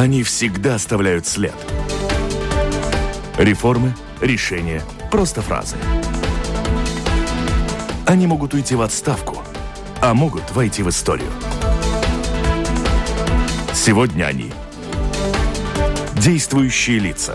Они всегда оставляют след. Реформы, решения, просто фразы. Они могут уйти в отставку, а могут войти в историю. Сегодня они – действующие лица.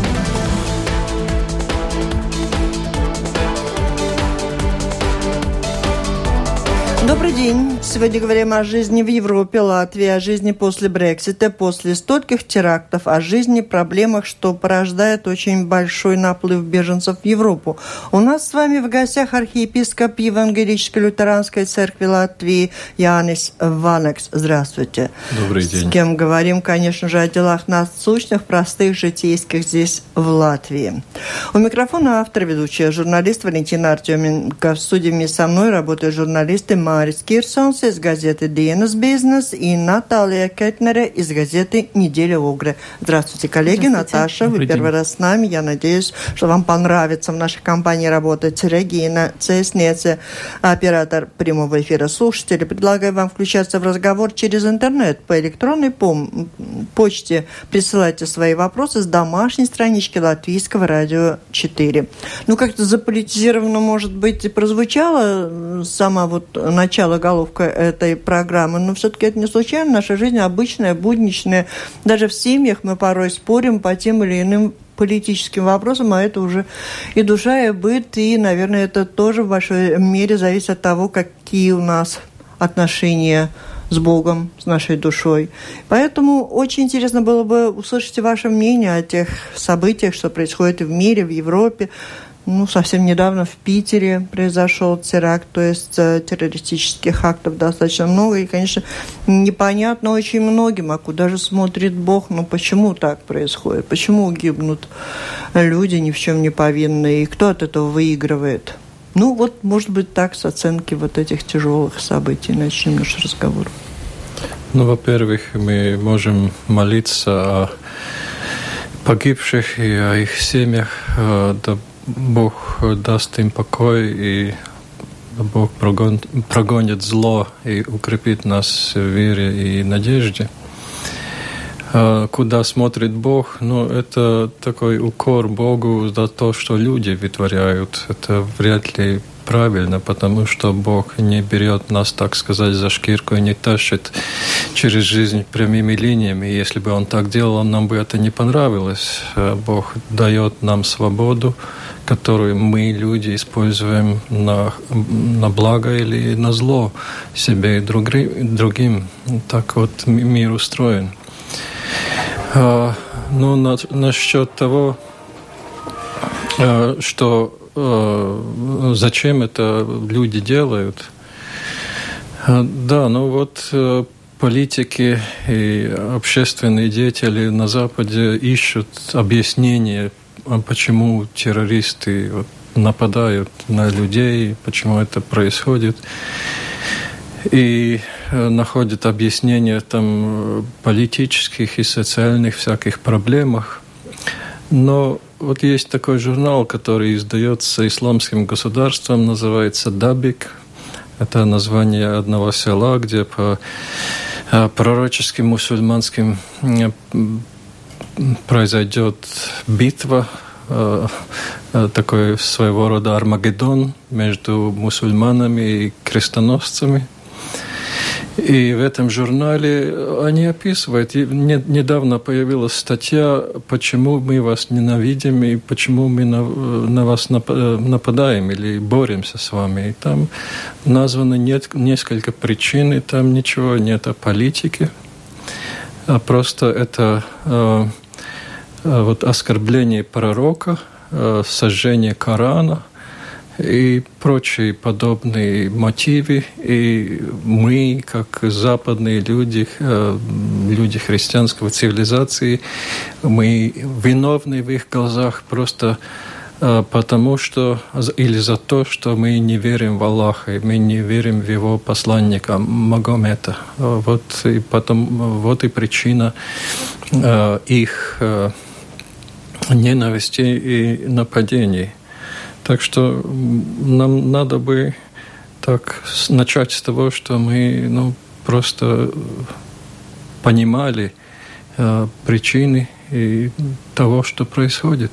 Добрый день. Сегодня говорим о жизни в Европе, Латвии, о жизни после Брексита, после стольких терактов, о жизни, проблемах, что порождает очень большой наплыв беженцев в Европу. У нас с вами в гостях архиепископ Евангелической лютеранской церкви Латвии Jānis Vaneks. Здравствуйте. Добрый день. С кем говорим, конечно же, о делах насущных, простых, житейских здесь, в Латвии. У микрофона автор, ведущая, журналист Валентина Артеменко. В студии вместе со мной работают журналисты Марис Кирсонс из газеты «Dienas Business» и Наталья Кетнере из газеты «Неделя Огры». Здравствуйте, коллеги. Здравствуйте. Наташа, вы первый раз с нами. Я надеюсь, что вам понравится в нашей компании работать. Регина Цеснеце, оператор прямого эфира. Слушатели, предлагаю вам включаться в разговор через интернет. По электронной почте присылайте свои вопросы с домашней странички Латвийского радио 4. Как-то заполитизированно, может быть, и прозвучало сама начало, головка этой программы, но все-таки это не случайно. Наша жизнь обычная, будничная. Даже в семьях мы порой спорим по тем или иным политическим вопросам, а это уже и душа, и быт, и, наверное, это тоже в большой мере зависит от того, какие у нас отношения с Богом, с нашей душой. Поэтому очень интересно было бы услышать ваше мнение о тех событиях, что происходит и в мире, в Европе. Совсем недавно в Питере произошел теракт, то есть террористических актов достаточно много. И, конечно, непонятно очень многим, а куда же смотрит Бог, почему так происходит, почему гибнут люди ни в чем не повинные, и кто от этого выигрывает. Может быть, так, с оценки этих тяжелых событий начнем наш разговор. Во-первых, мы можем молиться о погибших и о их семьях, да Бог даст им покой, и Бог прогонит зло и укрепит нас в вере и надежде. Куда смотрит Бог? Это такой укор Богу за то, что люди вытворяют. Это вряд ли правильно, потому что Бог не берет нас, так сказать, за шкирку и не тащит через жизнь прямыми линиями. И если бы Он так делал, нам бы это не понравилось. Бог дает нам свободу, которую мы, люди, используем на благо или на зло себе и другим. Так мир устроен. Насчет того, что зачем это люди делают. Политики и общественные деятели на Западе ищут объяснение, почему террористы нападают на людей, почему это происходит. И находят объяснения политических и социальных всяких проблемах. Но есть такой журнал, который издается исламским государством, называется «Дабик». Это название одного села, где по пророческим мусульманским произойдет битва, такой своего рода Армагеддон между мусульманами и крестоносцами. И в этом журнале они описывают. Недавно появилась статья, почему мы вас ненавидим и почему мы на вас нападаем или боремся с вами. И там названо несколько причин, и там ничего нет о политике, а просто это оскорбление пророка, сожжение Корана и прочие подобные мотивы. И мы, как западные люди, люди христианской цивилизации, мы виновны в их глазах просто потому что, или за то, что мы не верим в Аллаха, и мы не верим в его посланника Магомета. Вот и причина их ненависти и нападений. Так что нам надо бы так начать с того, что мы просто понимали причины и того, что происходит.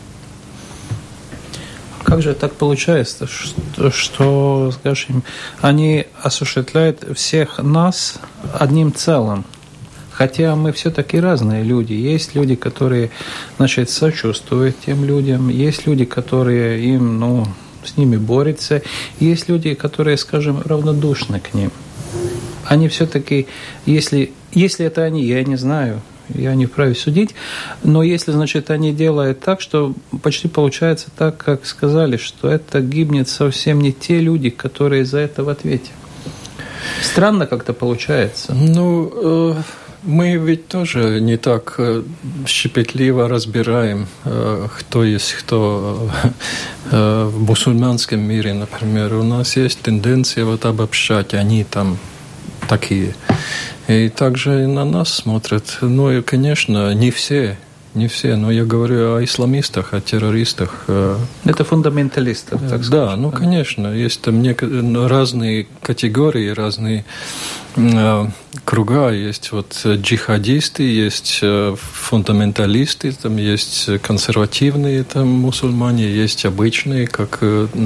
Как же так получается, что, скажем, они осуществляют всех нас одним целым? Хотя мы все-таки разные люди. Есть люди, которые, значит, сочувствуют тем людям, есть люди, которые им, с ними борются, есть люди, которые, скажем, равнодушны к ним. Они все-таки, если это они, я не знаю, я не вправе судить, но если, значит, они делают так, что почти получается так, как сказали, что это гибнет совсем не те люди, которые за это в ответе. Странно как-то получается. Мы ведь тоже не так щепетливо разбираем, кто есть кто в мусульманском мире, например. У нас есть тенденция обобщать, они там такие. И также и на нас смотрят. И, конечно, не все, но я говорю о исламистах, о террористах. Это фундаменталистов, так сказать. Да, конечно, есть там разные категории, разные круга. Есть джихадисты, есть фундаменталисты, там есть консервативные мусульмане, есть обычные, как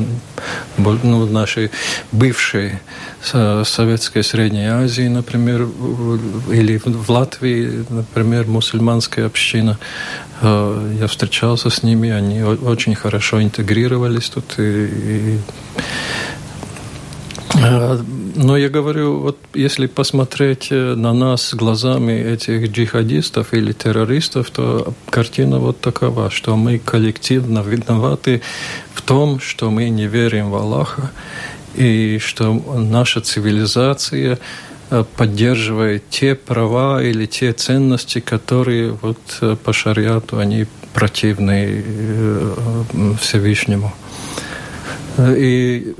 наши бывшие Советской Средней Азии, например, или в Латвии, например, мусульманская община. Я встречался с ними, они очень хорошо интегрировались тут. Но я говорю, если посмотреть на нас глазами этих джихадистов или террористов, то картина такова, что мы коллективно виноваты в том, что мы не верим в Аллаха, и что наша цивилизация поддерживает те права или те ценности, которые по шариату они противны Всевышнему. И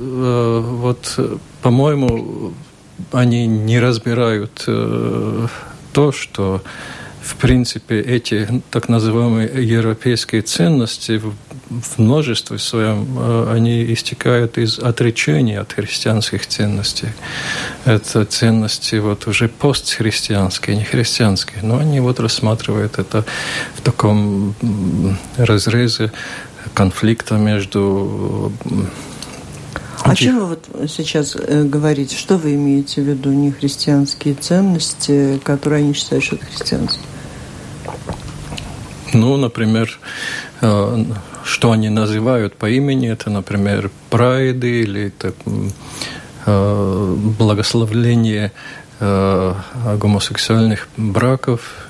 по-моему, они не разбирают то, что, в принципе, эти так называемые европейские ценности в множестве своем, они истекают из отречения от христианских ценностей. Это ценности уже постхристианские, не христианские. Но они рассматривают это в таком разрезе конфликта между... О чем вы сейчас говорите? Что вы имеете в виду? Нехристианские ценности, которые они считают, что это христианские? Например, что они называют по имени, это, например, прайды или благословление гомосексуальных браков,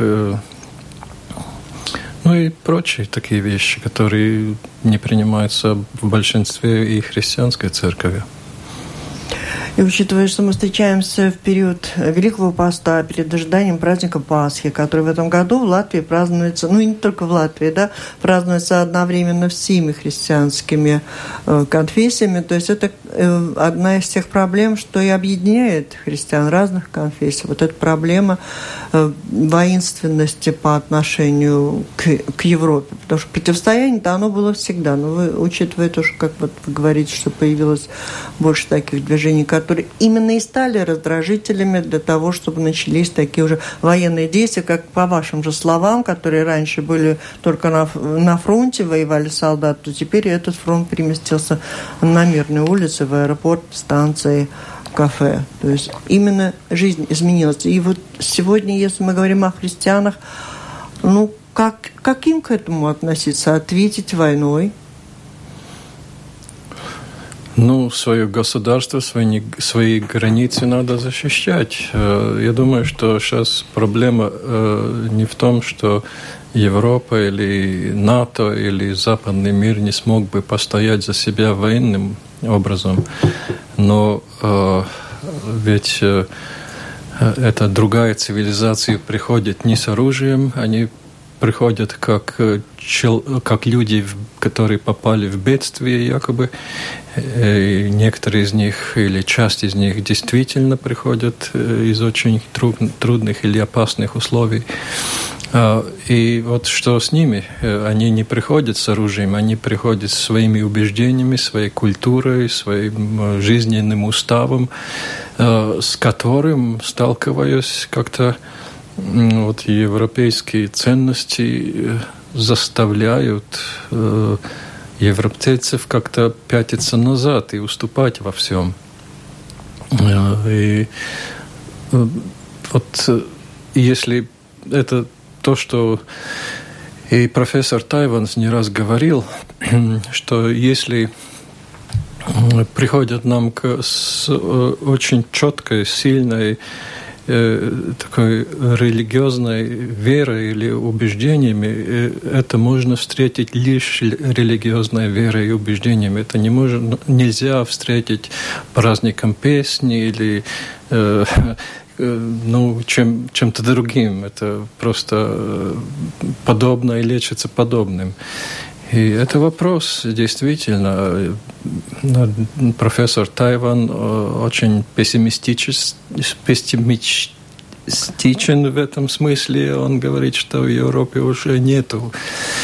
и прочие такие вещи, которые не принимаются в большинстве и христианской церкви. И учитывая, что мы встречаемся в период Великого Поста, перед ожиданием праздника Пасхи, который в этом году в Латвии празднуется, и не только в Латвии, празднуется одновременно всеми христианскими конфессиями. То есть это одна из тех проблем, что и объединяет христиан разных конфессий. Эта проблема воинственности по отношению к Европе. Потому что противостояние-то оно было всегда. Но вы, учитывая то, что, как вы говорите, что появилось больше таких движений, которые именно и стали раздражителями для того, чтобы начались такие уже военные действия, как по вашим же словам, которые раньше были только на фронте, воевали солдаты, то теперь этот фронт переместился на мирные улицы, в аэропорт, станции, кафе. То есть именно жизнь изменилась. И сегодня, если мы говорим о христианах, как им к этому относиться? Ответить войной? Свое государство, свои границы надо защищать. Я думаю, что сейчас проблема не в том, что Европа или НАТО или западный мир не смог бы постоять за себя военным образом. Но ведь эта другая цивилизация приходит не с оружием, они приходят как люди, которые попали в бедствие якобы. И некоторые из них или часть из них действительно приходят из очень трудных или опасных условий. И что с ними? Они не приходят с оружием, они приходят со своими убеждениями, своей культурой, своим жизненным уставом, с которым сталкиваюсь как-то вот европейские ценности заставляют европейцев как-то пятиться назад и уступать во всем. И вот если это то, что и профессор Тайванс не раз говорил, что если приходят нам с очень четкой, сильной такой религиозной верой или убеждениями, это можно встретить лишь религиозной верой и убеждениями. Это нельзя встретить праздником песни или чем-то другим. Это просто подобно и лечится подобным. И это вопрос, действительно. Профессор Тайван очень пессимистичен в этом смысле. Он говорит, что в Европе уже нету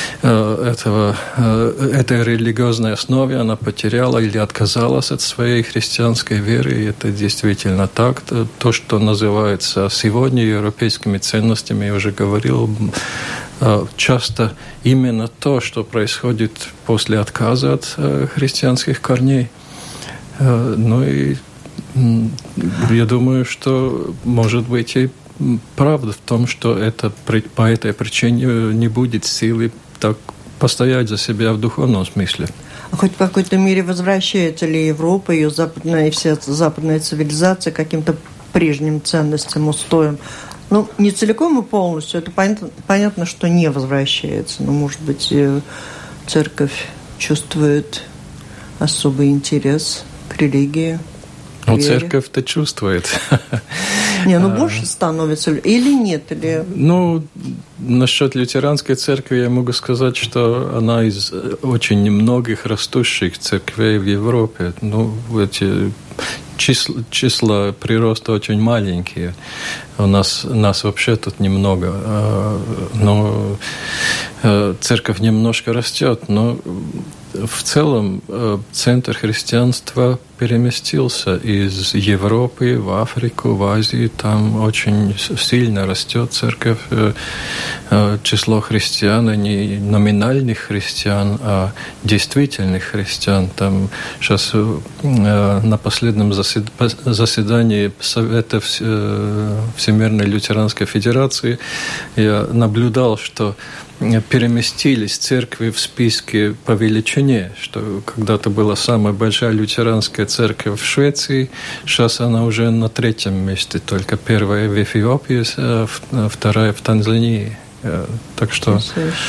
этой религиозной основы. Она потеряла или отказалась от своей христианской веры. И это действительно так. То, что называется сегодня европейскими ценностями, я уже говорил, часто именно то, что происходит после отказа от христианских корней. Ну и я думаю, что, может быть, и правда в том, что это по этой причине не будет силы так постоять за себя в духовном смысле. А хоть в какой-то мере возвращается ли Европа, ее западная и вся западная цивилизация к каким-то прежним ценностям, устоям? Ну, не целиком и полностью, это понятно, что не возвращается. Но, может быть, церковь чувствует особый интерес к религии. Ну, церковь-то чувствует. Не, больше становится или нет? Или... Ну, насчет лютеранской церкви я могу сказать, что она из очень немногих растущих церквей в Европе. Ну, эти числа прироста очень маленькие. Нас вообще тут немного. Но церковь немножко растет. Но в целом центр христианства переместился из Европы в Африку, в Азию. Там очень сильно растет церковь. Число христиан, не номинальных христиан, а действительных христиан. Там сейчас на последнем заседании Совета Всемирной Лютеранской Федерации я наблюдал, что переместились церкви в списке по величине, что когда-то была самая большая лютеранская церковь в Швеции, сейчас она уже на 3-м месте, только первая в Эфиопии, вторая в Танзании. Так что...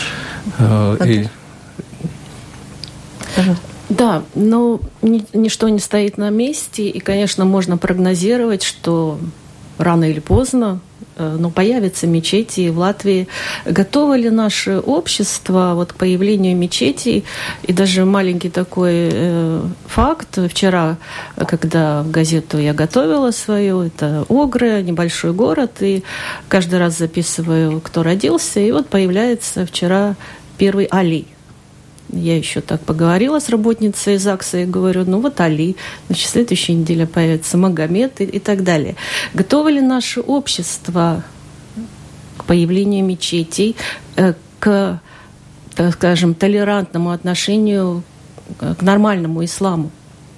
Да, но ничто не стоит на месте, и, конечно, можно прогнозировать, что рано или поздно появятся мечети в Латвии. Готово ли наше общество к появлению мечетей? И даже маленький такой факт. Вчера, когда в газету я готовила свою, это Огры, небольшой город, и каждый раз записываю, кто родился, и появляется вчера первый Али. Я еще так поговорила с работницей ЗАГСа и говорю, Али, в следующей неделе появится Магомед и так далее. Готово ли наше общество к появлению мечетей, к, так скажем, толерантному отношению к нормальному исламу?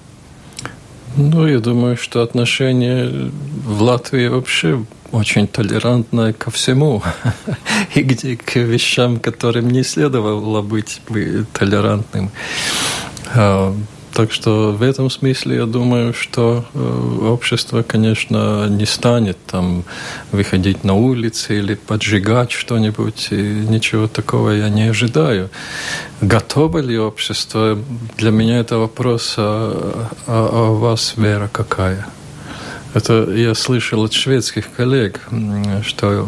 Я думаю, что отношение в Латвии вообще очень толерантное ко всему, и к вещам, которым не следовало быть толерантным. Так что в этом смысле я думаю, что общество, конечно, не станет там выходить на улицы или поджигать что-нибудь, и ничего такого я не ожидаю. Готово ли общество? Для меня это вопрос, а у вас вера какая? Это я слышал от шведских коллег, что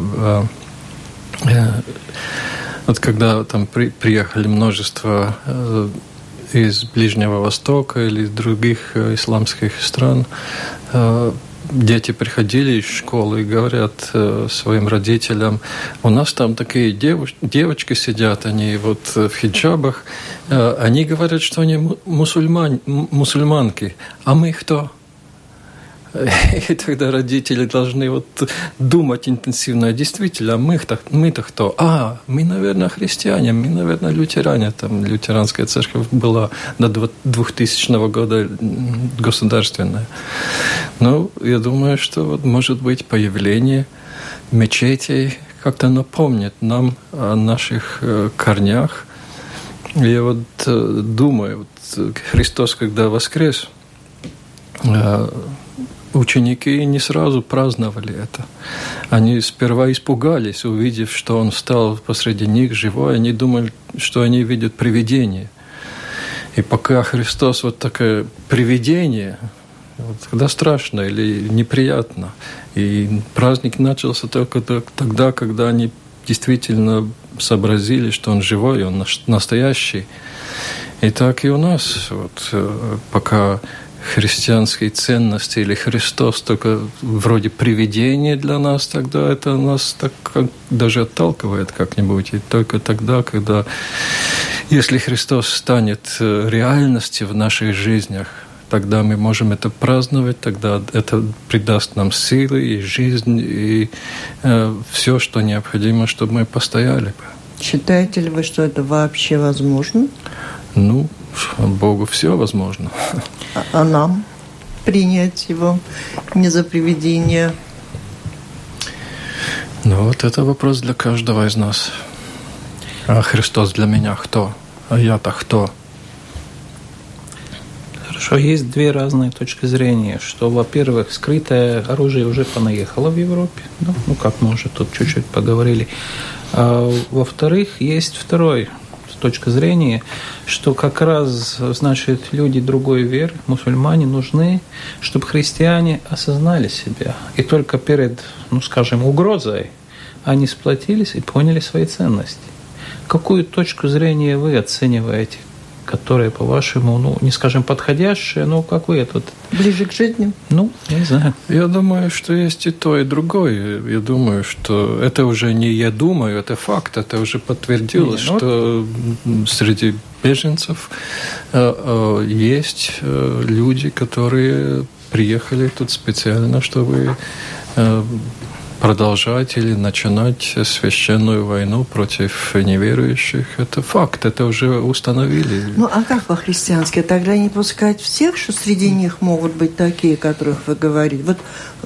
когда там приехали множество из Ближнего Востока или из других исламских стран, дети приходили из школы и говорят своим родителям, у нас там такие девочки сидят, они в хиджабах, они говорят, что они мусульманки, а мы кто? И тогда родители должны вот думать интенсивно. А действительно, мы-то кто? Мы, наверное, христиане, мы, наверное, лютеране. Там лютеранская церковь была до 2000 года государственная. Но я думаю, что вот, может быть, появление мечетей как-то напомнит нам о наших корнях. Я вот думаю, вот Христос, когда воскрес, ученики не сразу праздновали это. Они сперва испугались, увидев, что Он встал посреди них живой. Они думали, что они видят привидение. И пока Христос вот такое привидение, вот, тогда страшно или неприятно. И праздник начался только тогда, когда они действительно сообразили, что Он живой, Он настоящий. И так и у нас. Вот, пока христианские ценности или Христос только вроде привидения для нас, тогда это нас так даже отталкивает как-нибудь. И только тогда, когда, если Христос станет реальностью в наших жизнях, тогда мы можем это праздновать, тогда это придаст нам силы и жизнь, и все, что необходимо, чтобы мы постояли. Считаете ли вы, что это вообще возможно? Ну, Богу все возможно. А нам принять Его не за привидение? Ну, вот это вопрос для каждого из нас. А Христос для меня кто? А я-то кто? Хорошо, есть две разные точки зрения. Что, во-первых, скрытое оружие уже понаехало в Европе. Ну, как мы уже тут чуть-чуть поговорили. А во-вторых, есть второй точка зрения, что как раз, значит, люди другой веры, мусульмане, нужны, чтобы христиане осознали себя. И только перед, скажем, угрозой они сплотились и поняли свои ценности. Какую точку зрения вы оцениваете, которая, по-вашему, не скажем, подходящая, но как вы это? Ближе к жизни? Не знаю. Я думаю, что есть и то, и другое. Я думаю, что это уже не я думаю, это факт, это уже подтвердилось, что среди беженцев есть люди, которые приехали тут специально, чтобы продолжать или начинать священную войну против неверующих. Это факт, это уже установили. А как по-христиански? Тогда не пускать всех, что среди них могут быть такие, которых вы говорите? Вот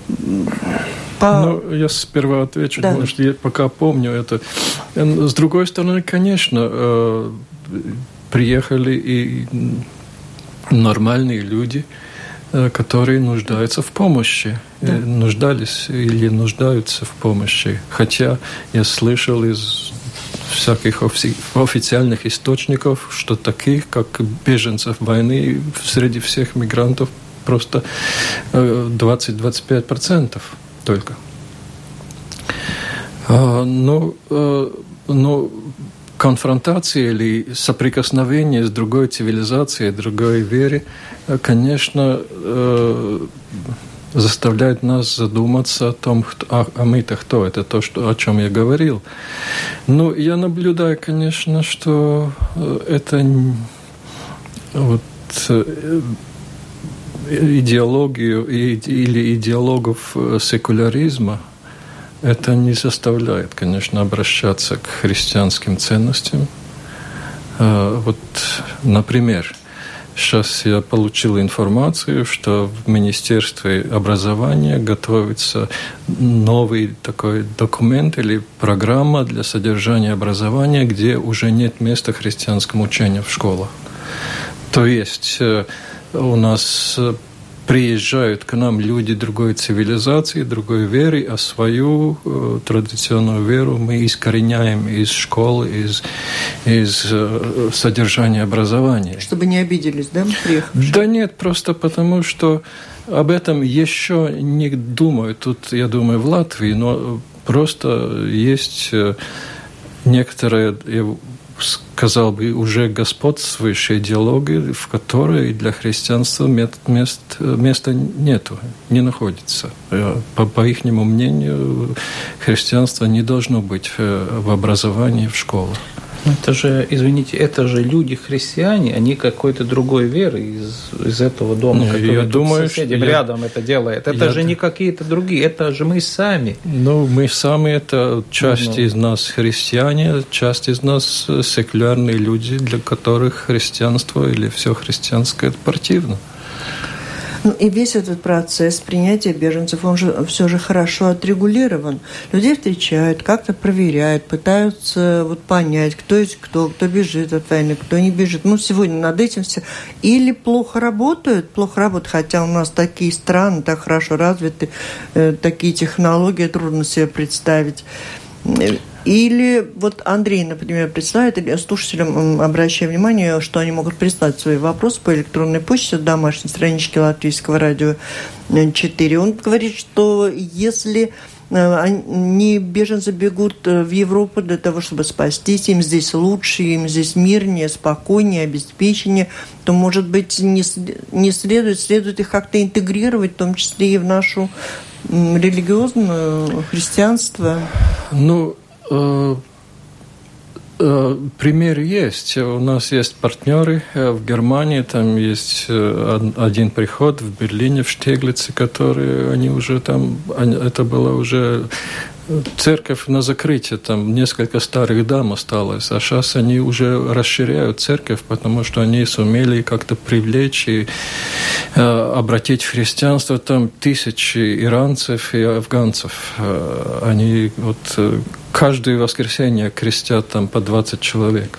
я сперва отвечу, да. Может, я пока помню это. С другой стороны, конечно, приехали и нормальные люди, которые нуждаются в помощи, нуждались или нуждаются в помощи. Хотя я слышал из всяких официальных источников, что таких, как беженцев войны, среди всех мигрантов просто 20-25% только. Конфронтация или соприкосновение с другой цивилизацией, другой верой, конечно, заставляет нас задуматься о том, мы-то кто, это то, о чем я говорил. Я наблюдаю, конечно, что это идеологию или идеологов секуляризма, это не заставляет, конечно, обращаться к христианским ценностям. Например, сейчас я получил информацию, что в Министерстве образования готовится новый такой документ или программа для содержания образования, где уже нет места христианскому учению в школах. То есть у нас приезжают к нам люди другой цивилизации, другой веры, а свою традиционную веру мы искореняем из школы, из содержания образования. Чтобы не обиделись, да, приехавшие? Да нет, просто потому, что об этом еще не думают. Тут, я думаю, в Латвии, но просто есть некоторые, сказал бы, уже господствующая идеология, в которой для христианства места нету, не находится. По ихнему мнению, христианство не должно быть в образовании, в школах. Это же, извините, это же люди-христиане, они какой-то другой веры из этого дома, который соседям рядом это делает. Это же не какие-то другие, это же мы сами. Ну, мы сами, это часть из нас христиане, часть из нас секулярные люди, для которых христианство или все христианское это противно. Ну, и весь этот процесс принятия беженцев, он же все же хорошо отрегулирован. Людей встречают, как-то проверяют, пытаются вот понять, кто есть кто бежит от войны, кто не бежит. Ну, сегодня над этим все. Или плохо работают, хотя у нас такие страны, так хорошо развиты, такие технологии, трудно себе представить. Или вот Андрей, например, присылает, или слушателям обращаю внимание, что они могут прислать свои вопросы по электронной почте, домашней страничке Латвийского радио 4. Он говорит, что если они, беженцы, бегут в Европу для того, чтобы спастись, им здесь лучше, им здесь мирнее, спокойнее, обеспеченнее, то, может быть, не следует их как-то интегрировать, в том числе и в нашу религиозное христианство? Ну, пример есть. У нас есть партнеры в Германии, там есть один приход в Берлине, в Штеглице, которые они уже там, это было уже церковь на закрытие, там несколько старых дам осталось, а сейчас они уже расширяют церковь, потому что они сумели как-то привлечь и обратить в христианство там тысячи иранцев и афганцев. Они вот каждое воскресенье крестят там по 20 человек.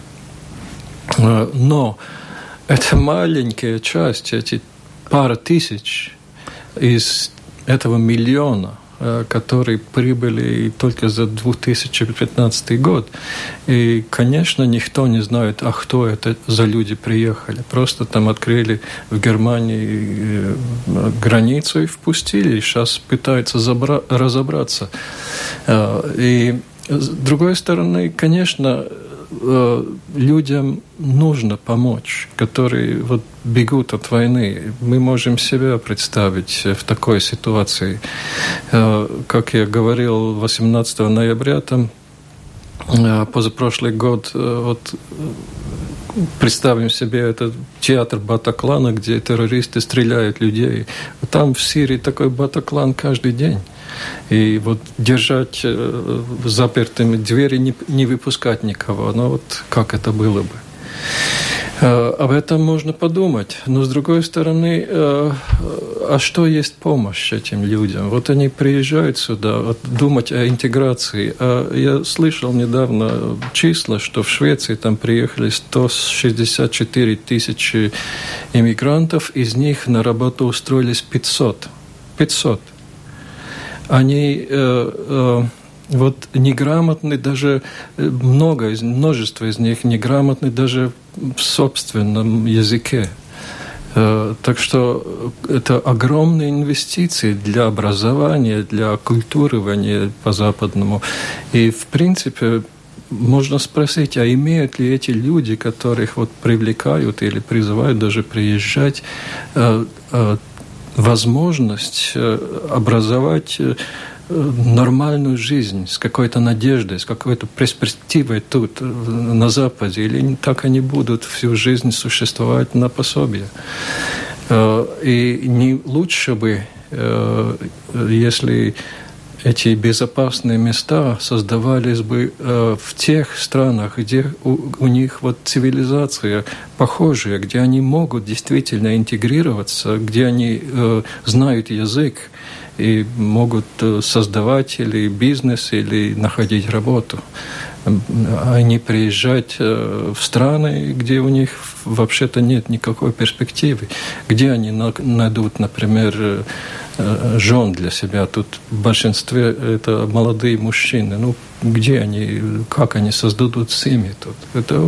Но это маленькая часть, эти пара тысяч из этого миллиона, которые прибыли только за 2015 год. И, конечно, никто не знает, а кто это за люди приехали. Просто там открыли в Германии границу и впустили. И сейчас пытаются разобраться. И, с другой стороны, конечно, людям нужно помочь, которые вот бегут от войны. Мы можем себя представить в такой ситуации. Как я говорил, 18 ноября, там, позапрошлый год, вот, представим себе этот театр Батаклана, где террористы стреляют людей. Там в Сирии такой Батаклан каждый день. И вот держать запертыми двери, не выпускать никого. Ну вот как это было бы? Об этом можно подумать. Но с другой стороны, а что есть помощь этим людям? Вот они приезжают сюда, вот, думать о интеграции. Я слышал недавно числа, что в Швеции там приехали 164 тысячи иммигрантов, из них на работу устроились 500. 500. Они вот неграмотны даже, множество из них неграмотны даже в собственном языке. Так что это огромные инвестиции для образования, для оккультуривания по-западному. И, в принципе, можно спросить, а имеют ли эти люди, которых вот привлекают или призывают даже приезжать, возможность образовать нормальную жизнь с какой-то надеждой, с какой-то перспективой тут, на Западе, или так они будут всю жизнь существовать на пособие. И не лучше бы, если эти безопасные места создавались бы в тех странах, где у них вот цивилизация похожая, где они могут действительно интегрироваться, где они знают язык и могут создавать или бизнес, или находить работу. А не приезжать в страны, где у них вообще-то нет никакой перспективы. Где они найдут, например, жен для себя? Тут в большинстве это молодые мужчины. Ну, где они, как они создадут семьи тут? Это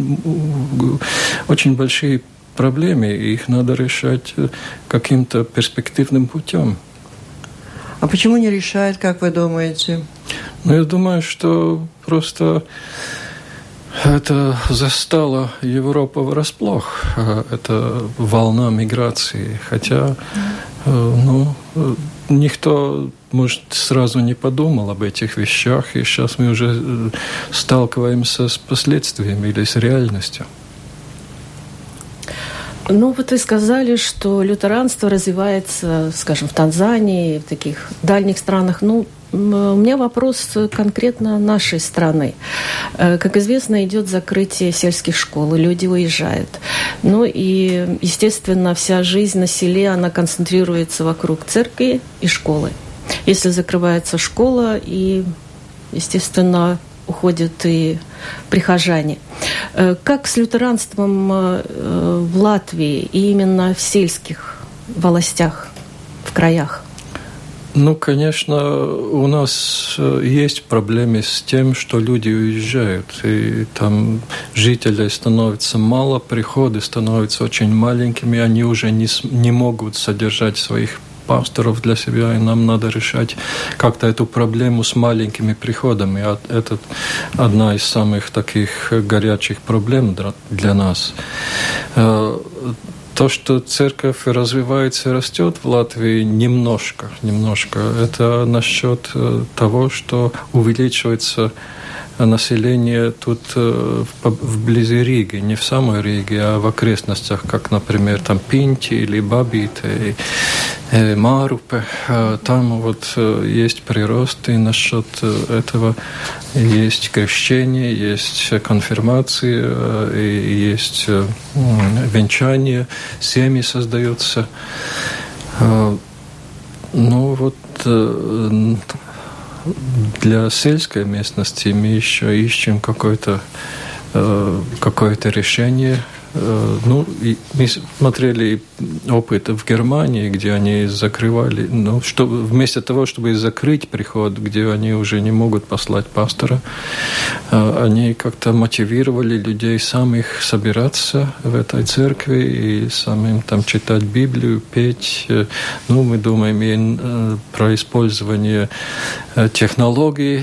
очень большие проблемы, и их надо решать каким-то перспективным путем. А почему не решает, как вы думаете? Ну, я думаю, что просто это застало Европу врасплох, это волна миграции. Хотя, никто может, сразу не подумал об этих вещах, и сейчас мы уже сталкиваемся с последствиями или с реальностью. Ну, вот вы сказали, что лютеранство развивается, скажем, в Танзании, в таких дальних странах. Ну, у меня вопрос конкретно нашей страны. Как известно, идет закрытие сельских школ, и люди уезжают. Ну и, естественно, вся жизнь на селе, она концентрируется вокруг церкви и школы. Если закрывается школа, и, естественно, уходят и прихожане. Как с лютеранством в Латвии и именно в сельских властях, в краях? Ну, конечно, у нас есть проблемы с тем, что люди уезжают, и там жителей становится мало, приходы становятся очень маленькими, они уже не могут содержать своих пасторов для себя, и нам надо решать как-то эту проблему с маленькими приходами. Это одна из самых таких горячих проблем для нас. То, что церковь развивается и растет в Латвии, немножко. Это насчет того, что увеличивается население тут вблизи Риги, не в самой Риге, а в окрестностях, как, например, там Пинти или Бабите, Марупе. Там вот есть прирост, и насчет этого есть крещение, есть конфирмация, и есть венчание, семьи создаются. Ну вот для сельской местности мы еще ищем какое-то решение. Ну, и мы смотрели опыт в Германии, где они закрывали, вместо того, чтобы закрыть приход, где они уже не могут послать пастора, они как-то мотивировали людей самих собираться в этой церкви и самим там читать Библию, петь. Ну, мы думаем про использование технологий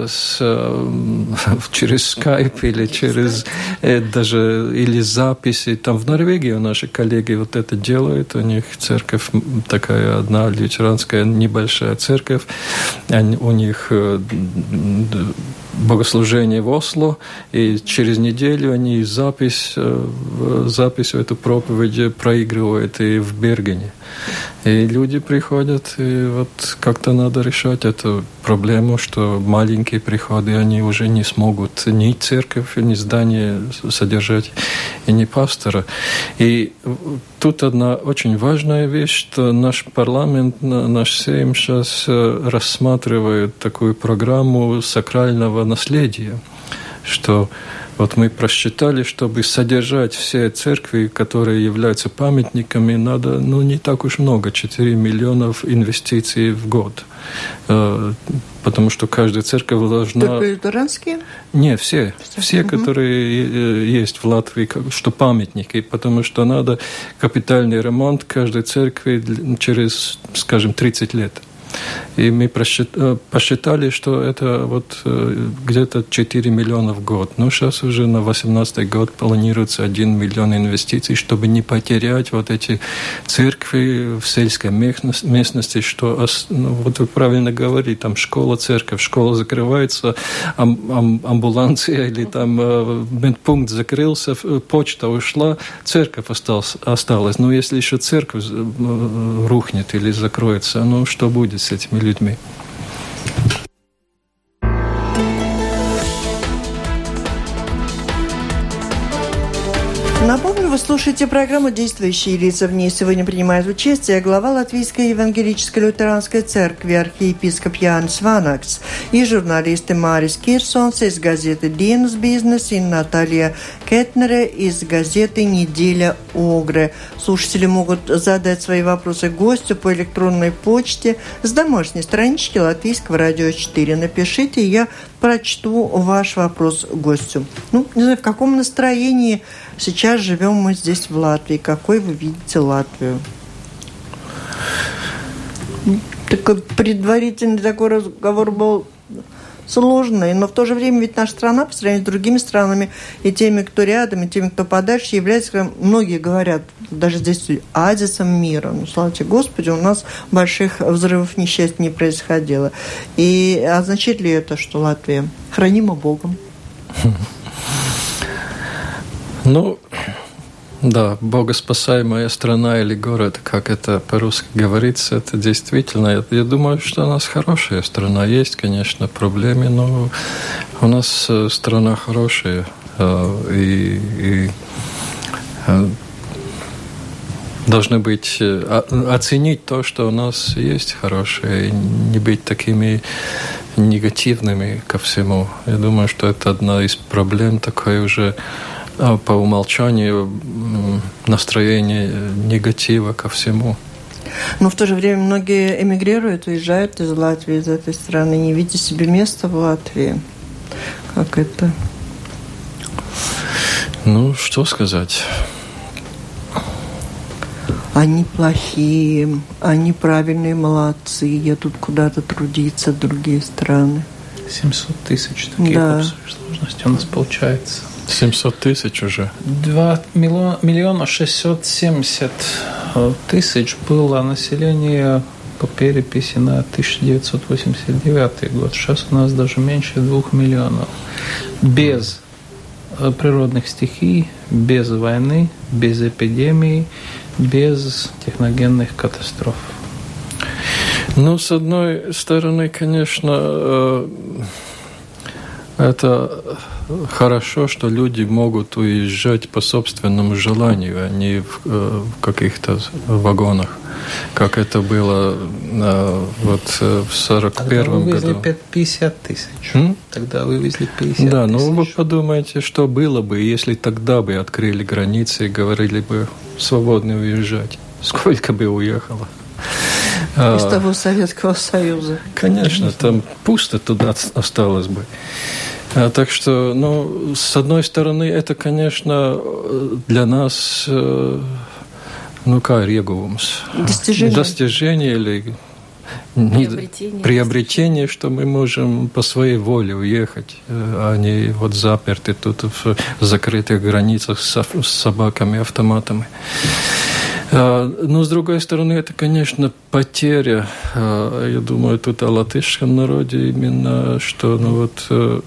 через Skype или через или записи. Там в Норвегии наши коллеги вот это делают. У них церковь такая одна, лютеранская небольшая церковь. У них богослужение в Осло, и через неделю они запись эту проповедь проигрывают и в Бергене. И люди приходят, и вот как-то надо решать эту проблему, что маленькие приходы, они уже не смогут ни церковь, ни здание содержать, и ни пастора. И тут одна очень важная вещь, что наш парламент, наш Сейм сейчас рассматривает такую программу сакрального наследия, что вот мы просчитали, чтобы содержать все церкви, которые являются памятниками, надо, не так уж много, 4 миллионов инвестиций в год. Потому что каждая церковь должна... Только лютеранские? Нет, все, которые есть в Латвии, что памятники, потому что надо капитальный ремонт каждой церкви через, скажем, 30 лет. И мы посчитали, что это вот где-то 4 миллиона в год. Но сейчас уже на 2018 год планируется 1 миллион инвестиций, чтобы не потерять вот эти церкви в сельской местности, что, вот вы правильно говорите, там школа, церковь, школа закрывается, амбуланция или там медпункт закрылся, почта ушла, церковь осталась. Но если еще церковь рухнет или закроется, что будет с этими людьми? Напомню, вы слушаете программу «Действующие лица». В ней сегодня принимает участие глава Латвийской евангелической лютеранской церкви архиепископ Jānis Vanaks и журналисты Марис Кирсонс из газеты «Dienas Бизнес» и Наталья Кетнере из газеты «Неделя Огры». Слушатели могут задать свои вопросы гостю по электронной почте с домашней странички Латвийского радио 4. Напишите, и я прочту ваш вопрос гостю. Не знаю, в каком настроении сейчас живем мы здесь, в Латвии. Какой вы видите Латвию? Такой предварительный такой разговор был сложной, но в то же время ведь наша страна по сравнению с другими странами и теми, кто рядом, и теми, кто подальше, является, как многие говорят, даже здесь оазисом мира. Ну, слава тебе, Господи, у нас больших взрывов несчастья не происходило. И означает ли это, что Латвия хранима Богом? Ну, да, богоспасаемая страна или город, как это по-русски говорится, это действительно, я думаю, что у нас хорошая страна. Есть, конечно, проблемы, но у нас страна хорошая. И должны быть, оценить то, что у нас есть хорошее, и не быть такими негативными ко всему. Я думаю, что это одна из проблем, такой уже по умолчанию настроение негатива ко всему. Но в то же время многие эмигрируют, уезжают из Латвии, из этой страны, не видя себе места в Латвии. Как это? Ну, что сказать? Они плохие, они правильные, молодцы, едут куда-то трудиться в другие страны. 700 тысяч таких общей сложности у нас получается. 700 тысяч уже? 2 миллиона 670 тысяч было население по переписи на 1989 год. Сейчас у нас даже меньше 2 миллионов. Без природных стихий, без войны, без эпидемии, без техногенных катастроф. Ну, с одной стороны, конечно, это хорошо, что люди могут уезжать по собственному желанию, а не в каких-то вагонах, как это было вот в 41-м году. Тогда вывезли 50 тысяч. Тогда вывезли 50 тысяч. Да, ну вы подумайте, что было бы, если тогда бы открыли границы и говорили бы свободно уезжать. Сколько бы уехало? Из того Советского Союза. Конечно, там пусто туда осталось бы. Так что, ну, с одной стороны, это, конечно, для нас, ну, как регулумс. Достижение или приобретение, что мы можем по своей воле уехать, а не вот заперты тут в закрытых границах с собаками, автоматами. Но, с другой стороны, это, конечно, потеря. Я думаю, тут о латышском народе именно, что, ну, вот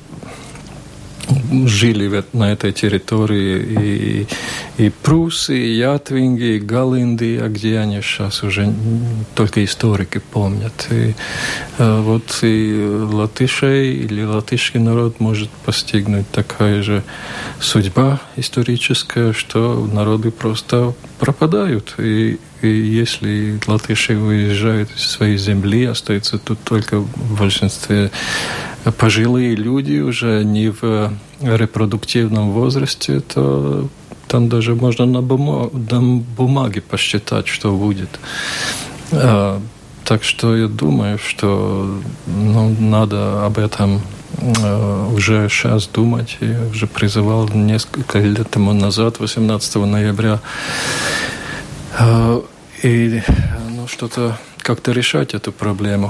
жили на этой территории и прусы, и ятвинги, и галинды, а где они сейчас уже только историки помнят. И вот и латышей или латышский народ может постигнуть такая же судьба историческая, что народы просто пропадают. И если латыши уезжают из своей земли, остаются тут только в большинстве пожилые люди, уже не в репродуктивном возрасте, то там даже можно на бумаге посчитать, что будет. Так что я думаю, что надо об этом уже сейчас думать. Я уже призывал несколько лет тому назад, 18 ноября, и что-то как-то решать эту проблему.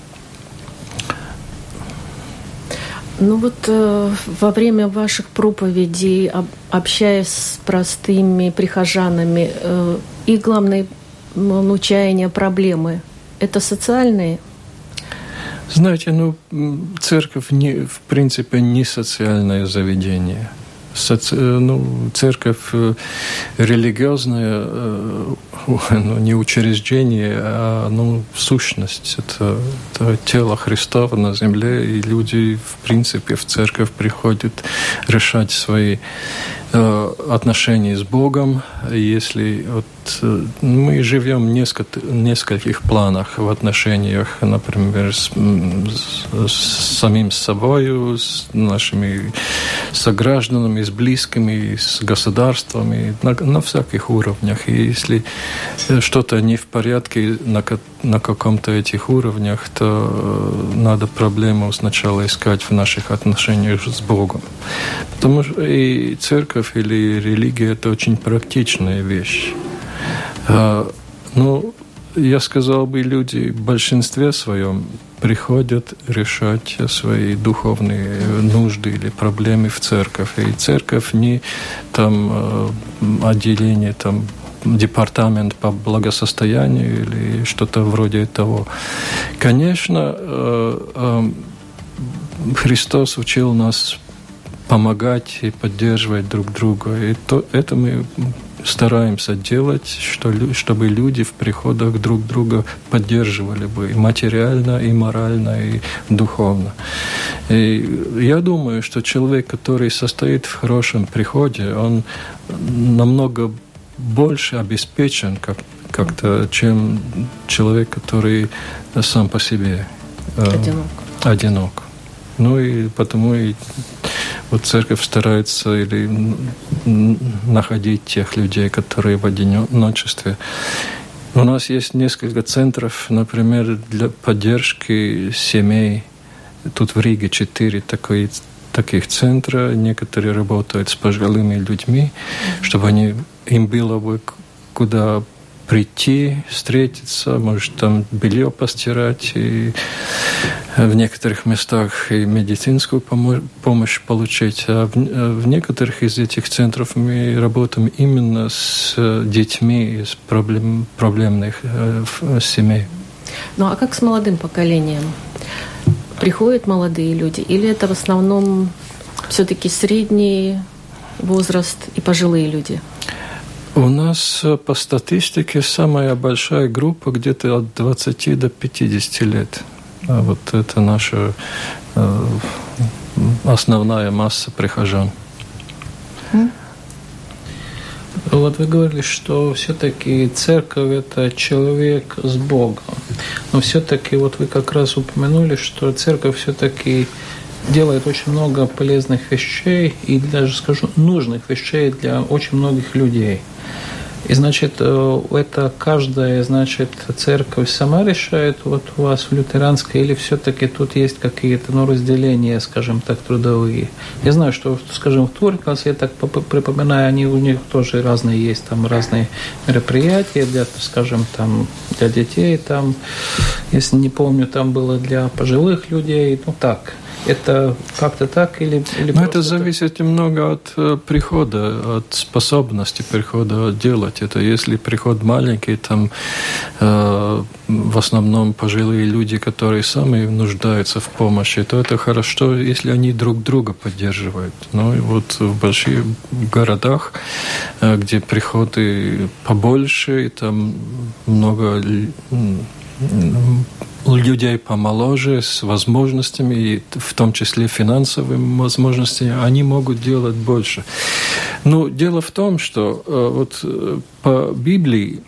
Ну вот во время ваших проповедей, общаясь с простыми прихожанами, их главное чаяние, проблемы – это социальные? Знаете, церковь, в принципе, не социальное заведение. Церковь религиозная, не учреждение, а сущность. Это тело Христова на земле, и люди, в принципе, в церковь приходят решать свои отношения с Богом. Если мы живем в нескольких планах в отношениях, например, с самим собой, с нашими согражданами, с близкими, с государствами, на всяких уровнях. И если что-то не в порядке на каком-то этих уровнях, то надо проблему сначала искать в наших отношениях с Богом. Потому что и церковь или религия – это очень практичная вещь. Я сказал бы, люди в большинстве своем приходят решать свои духовные нужды или проблемы в церковь. И церковь не там отделение, там департамент по благосостоянию или что-то вроде того. Конечно, Христос учил нас помогать и поддерживать друг друга. И это мы стараемся делать, чтобы люди в приходах друг друга поддерживали бы и материально, и морально, и духовно. И я думаю, что человек, который состоит в хорошем приходе, он намного больше обеспечен как-то, чем человек, который сам по себе одинок. Ну и потому и вот церковь старается или находить тех людей, которые в одиночестве. У нас есть несколько центров, например, для поддержки семей. Тут в Риге 4 таких центра. Некоторые работают с пожилыми людьми, чтобы им было бы куда прийти, встретиться, может, там белье постирать, и в некоторых местах и медицинскую помощь получить. А в некоторых из этих центров мы работаем именно с детьми из проблемных семей. Ну, а как с молодым поколением? Приходят молодые люди, или это в основном все-таки средний возраст и пожилые люди? У нас по статистике самая большая группа где-то от 20 до 50 лет. А вот это наша основная масса прихожан. Вот вы говорили, что все-таки церковь – это человек с Богом. Но все-таки вот вы как раз упомянули, что церковь все-таки делает очень много полезных вещей и даже, скажу, нужных вещей для очень многих людей. И, значит, это каждая, значит, церковь сама решает, вот у вас в лютеранской, или все-таки тут есть какие-то, разделения, скажем так, трудовые? Я знаю, что, скажем, в Туркласе, я так припоминаю, у них тоже разные есть, там разные мероприятия для, скажем, там, для детей, там, если не помню, там было для пожилых людей, так. Это как-то так или это зависит немного от прихода, от способности прихода делать это. Если приход маленький, там в основном пожилые люди, которые сами нуждаются в помощи, то это хорошо, если они друг друга поддерживают. Ну и вот в больших городах, где приходы побольше, и там много людей помоложе, с возможностями, и в том числе финансовыми возможностями, они могут делать больше. Но дело в том, что вот по Библии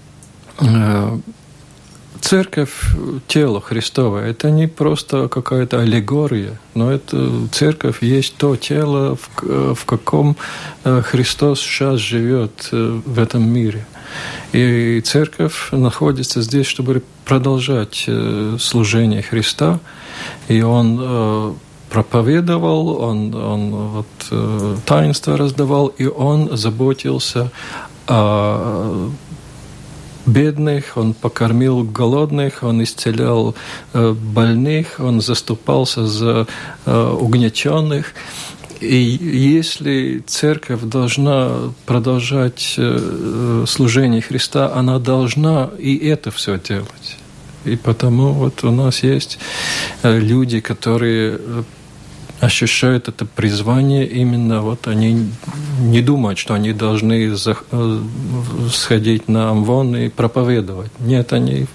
церковь, тело Христово, это не просто какая-то аллегория, но это церковь есть то тело, в каком Христос сейчас живет в этом мире. И церковь находится здесь, чтобы продолжать служение Христа. И Он проповедовал, он таинства раздавал, и Он заботился о бедных, Он покормил голодных, Он исцелял больных, Он заступался за угнетенных. И если церковь должна продолжать служение Христа, она должна и это все делать. И потому вот у нас есть люди, которые ощущают это призвание именно, вот они не думают, что они должны сходить на Амвон и проповедовать. Нет, они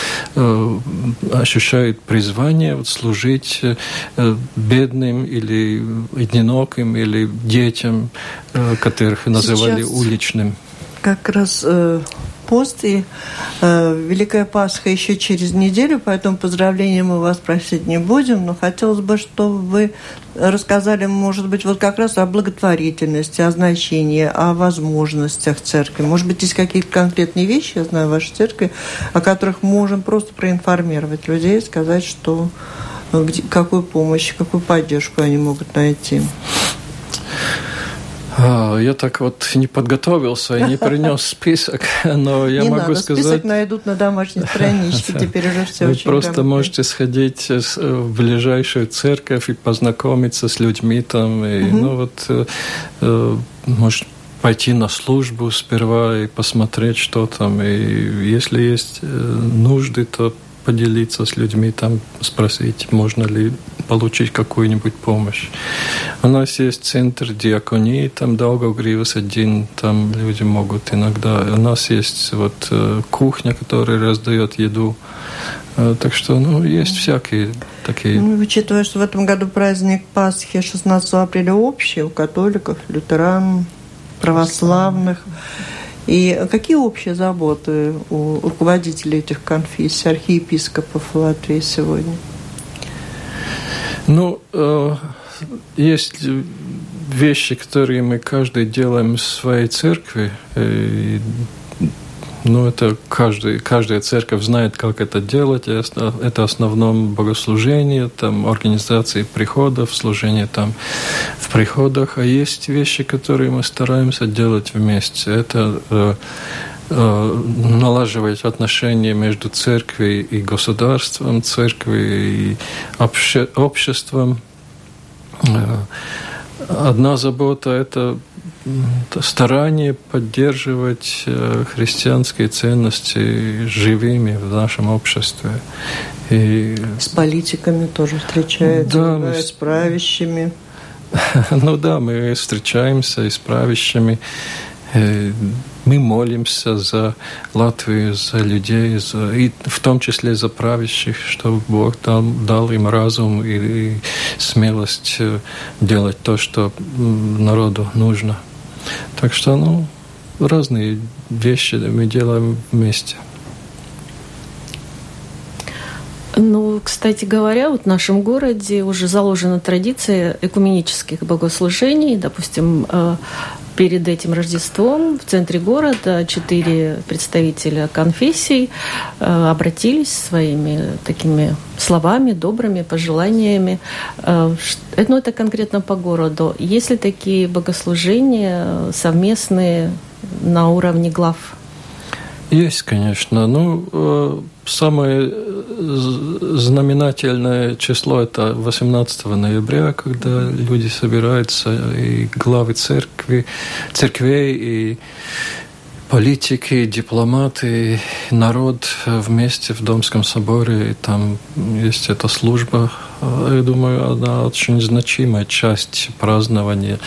ощущают призвание вот, служить бедным или одиноким, или детям, которых называли сейчас уличным. Как раз пост и Великая Пасха еще через неделю, поэтому поздравления мы вас просить не будем, но хотелось бы, чтобы вы рассказали, может быть, вот как раз о благотворительности, о значении, о возможностях церкви. Может быть, есть какие-то конкретные вещи, я знаю, в вашей церкви, о которых можем просто проинформировать людей, сказать, что какую помощь, какую поддержку они могут найти. Я так вот не подготовился и не принес список, но я могу сказать... Список найдут на домашней страничке, теперь уже все очень Вы просто можете сходить в ближайшую церковь и познакомиться с людьми там, и, может пойти на службу сперва и посмотреть, что там, и если есть нужды, то поделиться с людьми, там спросить, можно ли получить какую-нибудь помощь. У нас есть центр диаконии, там Даугавгрīvas 1, там люди могут иногда... У нас есть вот кухня, которая раздает еду. Так что, есть всякие такие... Учитывая, что в этом году праздник Пасхи 16 апреля общий у католиков, лютеран, православных. И какие общие заботы у руководителей этих конфессий, архиепископов Латвии сегодня? Есть вещи, которые мы каждый делаем в своей церкви. Это каждая церковь знает, как это делать. Это в основном богослужение, там, организации приходов, служение там в приходах. А есть вещи, которые мы стараемся делать вместе. Это налаживать отношения между церковью и государством, церковью и обществом. Одна забота – это старание поддерживать христианские ценности живыми в нашем обществе. И... С политиками тоже встречаются, с правящими. Мы встречаемся и с правящими. Мы молимся за Латвию, за людей, и в том числе за правящих, чтобы Бог дал им разум и смелость делать то, что народу нужно. Так что, разные вещи мы делаем вместе. Кстати говоря, в нашем городе уже заложена традиция экуменических богослужений. Допустим, перед этим Рождеством в центре города 4 представителя конфессий обратились своими такими словами, добрыми пожеланиями. Это конкретно по городу. Есть ли такие богослужения совместные на уровне глав? Есть, конечно. Самое знаменательное число – это 18 ноября, когда люди собираются, и главы церквей, и политики, и дипломаты, и народ вместе в Домском соборе, и там есть эта служба. Я думаю, она очень значимая часть празднования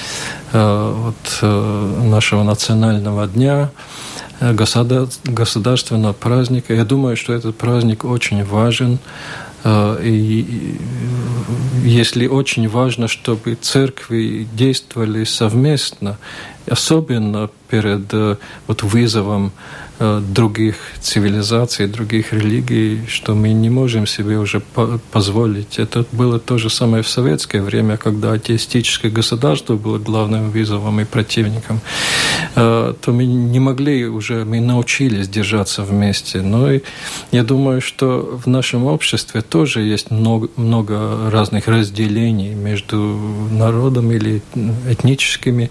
нашего национального дня, государственного праздника. Я думаю, что этот праздник очень важен. И если очень важно, чтобы церкви действовали совместно, особенно перед вызовом других цивилизаций, других религий, что мы не можем себе уже позволить. Это было то же самое в советское время, когда атеистическое государство было главным вызовом и противником. То мы не могли уже, мы научились держаться вместе. Но я думаю, что в нашем обществе тоже есть много разных разделений между народом или этническими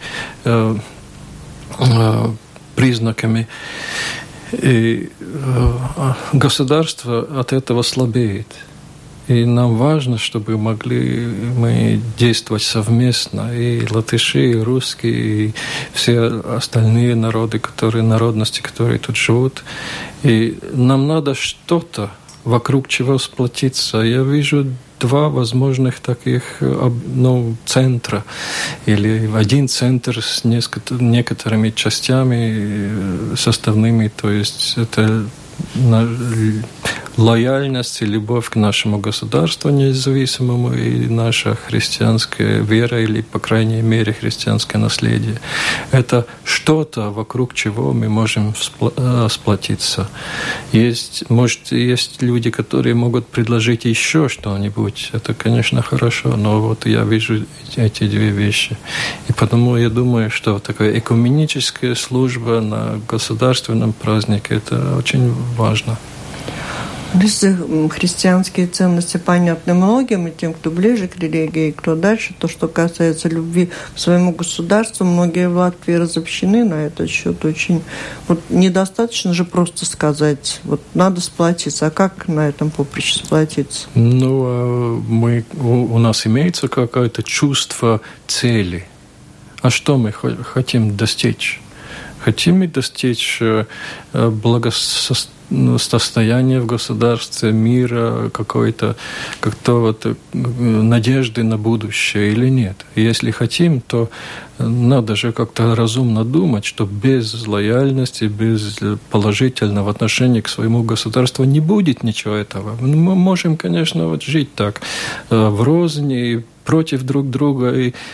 признаками. И государство от этого слабеет. И нам важно, чтобы могли мы действовать совместно, и латыши, и русские, и все остальные народности, которые тут живут. И нам надо что-то, вокруг чего сплотиться. Я вижу 2 возможных таких центра, или один центр с некоторыми частями составными, то есть это лояльность и любовь к нашему государству независимому и наша христианская вера или, по крайней мере, христианское наследие. Это что-то, вокруг чего мы можем сплотиться. Есть люди, которые могут предложить еще что-нибудь. Это, конечно, хорошо, но я вижу эти 2 вещи. И потому я думаю, что такая экуменическая служба на государственном празднике – это очень важно. Если христианские ценности понятны многим, и тем, кто ближе к религии, и кто дальше, то, что касается любви к своему государству, многие в Латвии разобщены на этот счет очень. Вот недостаточно же просто сказать, вот надо сплотиться. А как на этом поприще сплотиться? Ну, у нас имеется какое-то чувство цели. А что мы хотим достичь? Хотим мы достичь благосостояния в государстве, мира, как-то вот надежды на будущее или нет? Если хотим, то надо же как-то разумно думать, что без лояльности, без положительного отношения к своему государству не будет ничего этого. Мы можем, конечно, вот жить так в розни, против друг друга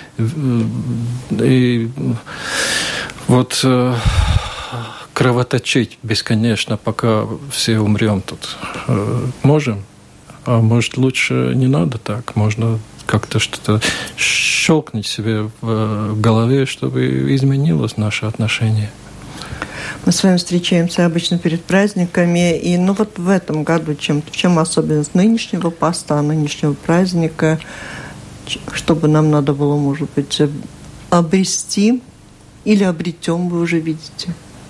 и вот кровоточить бесконечно, пока все умрем тут. Можем, а может лучше не надо так. Можно как-то что-то щелкнуть себе в голове, чтобы изменилось наше отношение. Мы с вами встречаемся обычно перед праздниками, и вот в этом году в чем особенность нынешнего поста, нынешнего праздника, чтобы нам надо было, может быть, обрести или обретем, вы уже видите?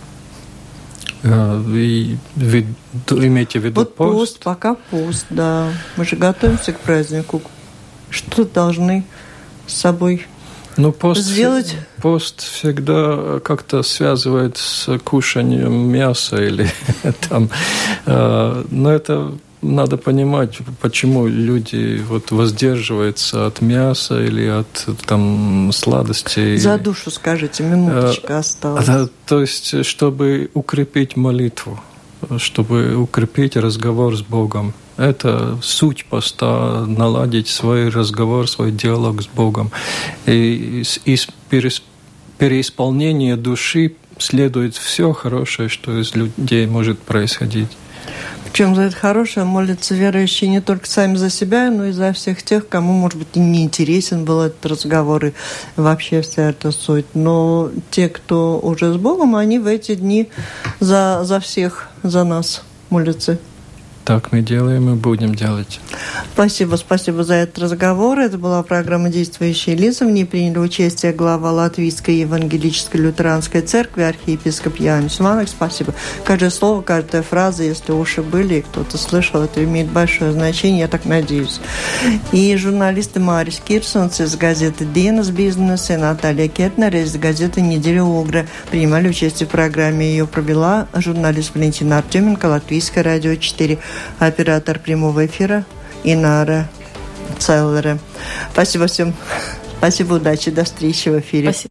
Вы имеете в виду вот пост? Пока пост, да. Мы же готовимся к празднику. Что должны с собой сделать? Пост всегда как-то связывает с кушанием мяса или там. Но это надо понимать, почему люди воздерживаются от мяса или от сладостей. За душу скажите, минуточка осталась. То есть, чтобы укрепить молитву, чтобы укрепить разговор с Богом. Это суть поста, наладить свой разговор, свой диалог с Богом. И из переисполнения души следует все хорошее, что из людей может происходить. Причем за это хорошее молятся верующие не только сами за себя, но и за всех тех, кому, может быть, и не интересен был этот разговор и вообще вся эта суть. Но те, кто уже с Богом, они в эти дни за всех, за нас молятся. Так мы делаем и будем делать. Спасибо за этот разговор. Это была программа «Действующие лица». В ней приняли участие глава Латвийской евангелической лютеранской церкви, архиепископ Jānis Vanaks. Спасибо. Каждое слово, каждая фраза, если уши были, и кто-то слышал, это имеет большое значение, я так надеюсь. И журналисты Марис Кирсонс из газеты «Dienas Бизнес» и Наталья Кетнер из газеты «Неделя Угра» принимали участие в программе. Ее провела журналист Валентина Артеменко, Латвийское радио 4. Оператор прямого эфира Инара Целлера. Спасибо всем. Спасибо, удачи, до встречи в эфире. Спасибо.